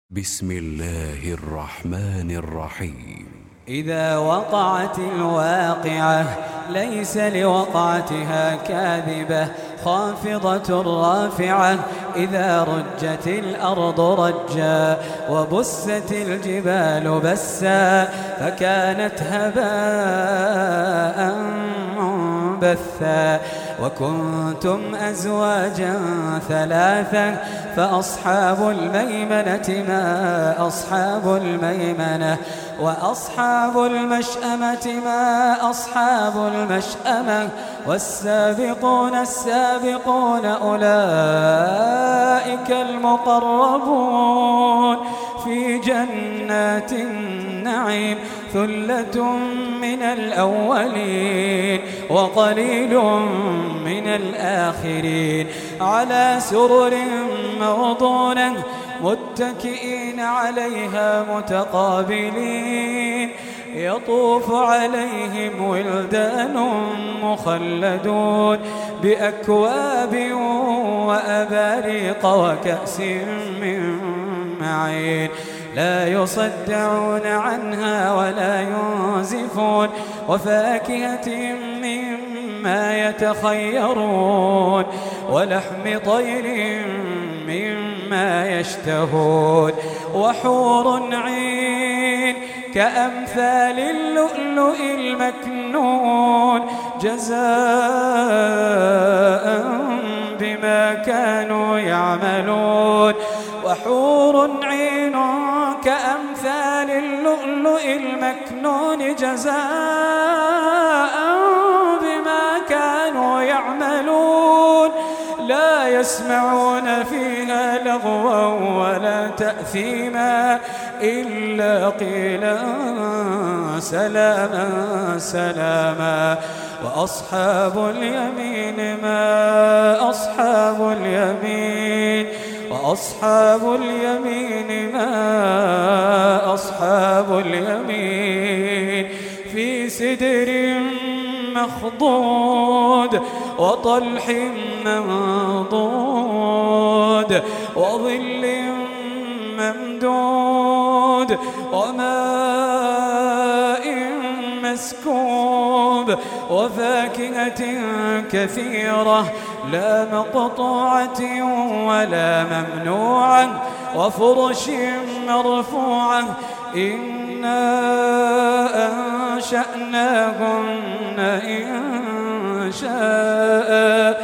بسم الله الرحمن الرحيم. إذا وقعت الواقعة ليس لوقعتها كاذبة خافضة رافعة إذا رجت الأرض رجا وبست الجبال بسا فكانت هباء منبثا وكنتم أزواجا ثلاثا فأصحاب الميمنة ما أصحاب الميمنة وأصحاب المشأمة ما أصحاب المشأمة والسابقون السابقون أولئك المقربون في جنات النعيم ثلة من الأولين وقليل من الآخرين على سرر موضونة متكئين عليها متقابلين يطوف عليهم ولدان مخلدون بأكواب وأباريق وكأس من معين لا يصدعون عنها ولا ينزفون وفاكهة مما يتخيرون ولحم طير مما يشتهون وحور عين كأمثال اللؤلؤ المكنون جزاء بما كانوا يعملون وحور عين كأمثال اللؤلؤ المكنون جزاء بما كانوا يعملون لا يسمعون فيها لغوا ولا تأثيما إلا قيلا سلاما سلاما وأصحاب اليمين ما أصحاب اليمين وأصحاب اليمين ما أصحاب اليمين في سدر مخضود وطلح منضود وظل ممدود وماء مسكوب وفاكهة كثيرة لا مقطوعة ولا ممنوعة وفرش مرفوعة إنا أنشأناهن إن شاء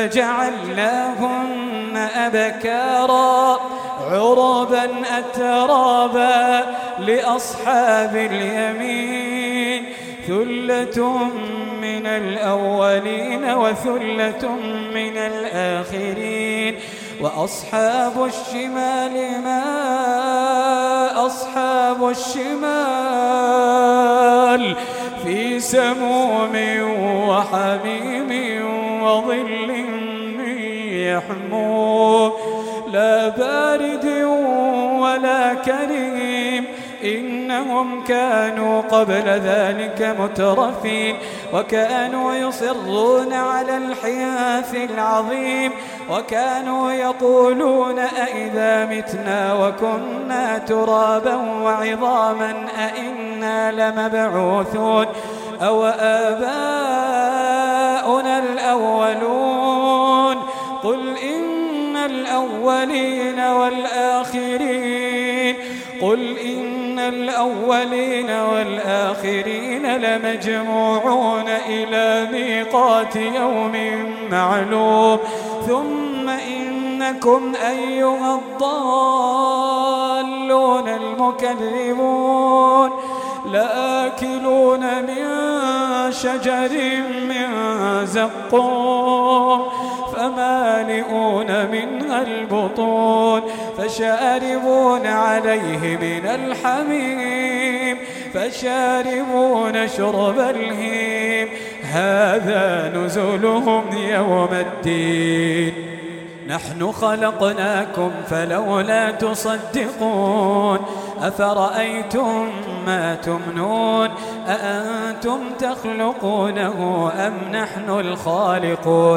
فجعلناهن أبكارا عربا أترابا لأصحاب اليمين ثلة من الأولين وثلة من الآخرين وأصحاب الشمال ما أصحاب الشمال في سموم وحميم وظل من يحموم لا بارد ولا كريم إنهم كانوا قبل ذلك مترفين وكانوا يصرون على الحنث العظيم وكانوا يقولون أئذا متنا وكنا ترابا وعظاما أئنا لمبعوثون أو آباؤنا الأولون قل إن الأولين والآخرين قل إن الأولين والآخرين لمجموعون إلى ميقات يوم معلوم ثم إنكم أيها الضالون المكذبون لآكلون من شجر من زقوم فمالئون منها البطون فشاربون عليه من الحميم فشاربون شرب الهيم هذا نزلهم يوم الدين نحن خلقناكم فلولا تصدقون أفرأيتم ما تمنون أأنتم تخلقونه أم نحن الخالقون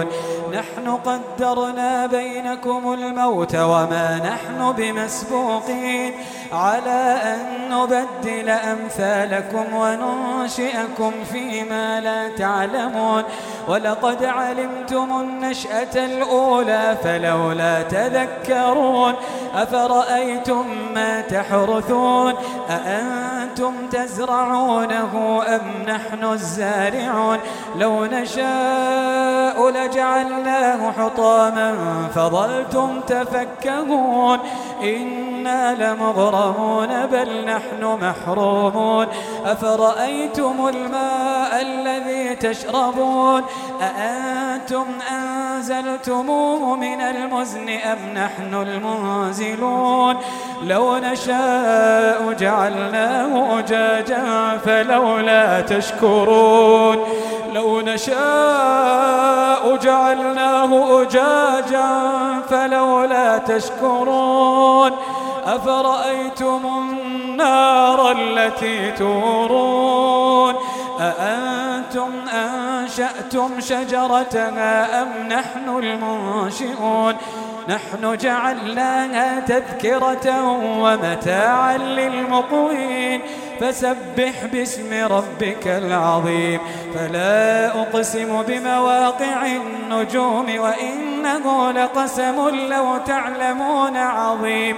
نحن قدرنا بينكم الموت وما نحن بمسبوقين على أن نبدل أمثالكم وننشئكم فيما لا تعلمون ولقد علمتم النشأة الأولى فلولا تذكرون أفرأيتم ما تحرثون أأنتم تزرعونه أم نحن الزارعون لو نشاء لجعلناه حطاما فظلتم تفكهون إنا لمغرمون بل نحن محرومون أفرأيتم الماء الذي تشربون أأنتم أنزلتموه من المزن أم نحن المنزلون لو نشاء جعلناه أجاجا فلولا تشكرون لو نشاء جعلناه أجاجا فلولا تشكرون أفرأيتم النار التي تورون أأنتم أنشأتم شجرتها أم نحن المنشئون نحن جعلناها تذكرة ومتاعا للمقوين فسبح باسم ربك العظيم فلا أقسم بمواقع النجوم وإنه لقسم لو تعلمون عظيم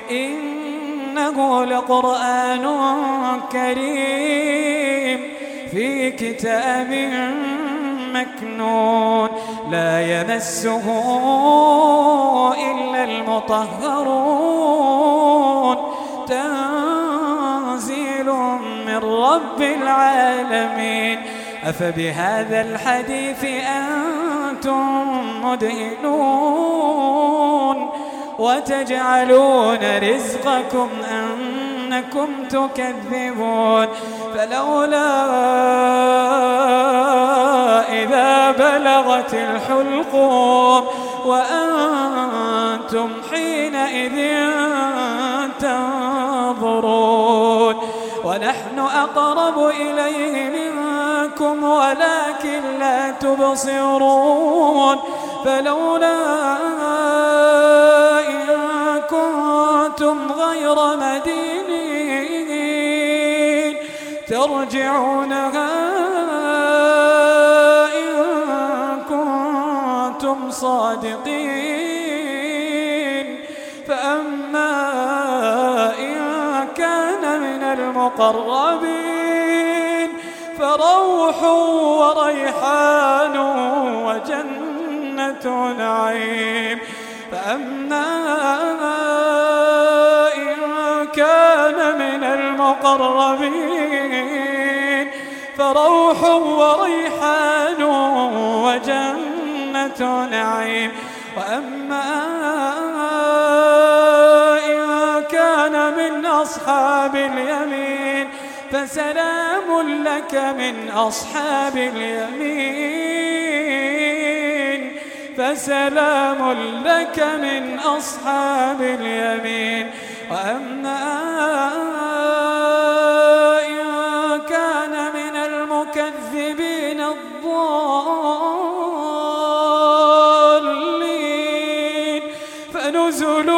إنه لقرآن كريم في كتاب مكنون لا يمسه إلا المطهرون تنزيل من رب العالمين أفبهذا الحديث أنتم مدهنون وتجعلون رزقكم أنكم تكذبون فلولا إذا بلغت الحلقوم وأنتم حينئذ تنظرون ونحن أقرب إليه منكم ولكن لا تبصرون فلولا إن كنتم غير مدينين ترجعونها إن كنتم صادقين فأما إن كان من المقربين فروح وريحان وجنة نعيم فأما إن كان من المقربين فروح وريحان وجنة نعيم وأما إن كان من أصحاب اليمين فسلام لك من أصحاب اليمين فسلام لك من أصحاب اليمين وأما إن كان من المكذبين الضالين فنزل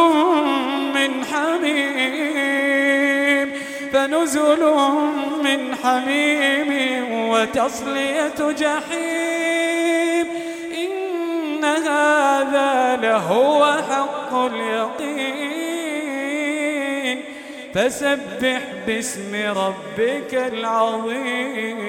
من حميم وتصلية جحيم إن هذا لهو حق اليقين فسبح باسم ربك العظيم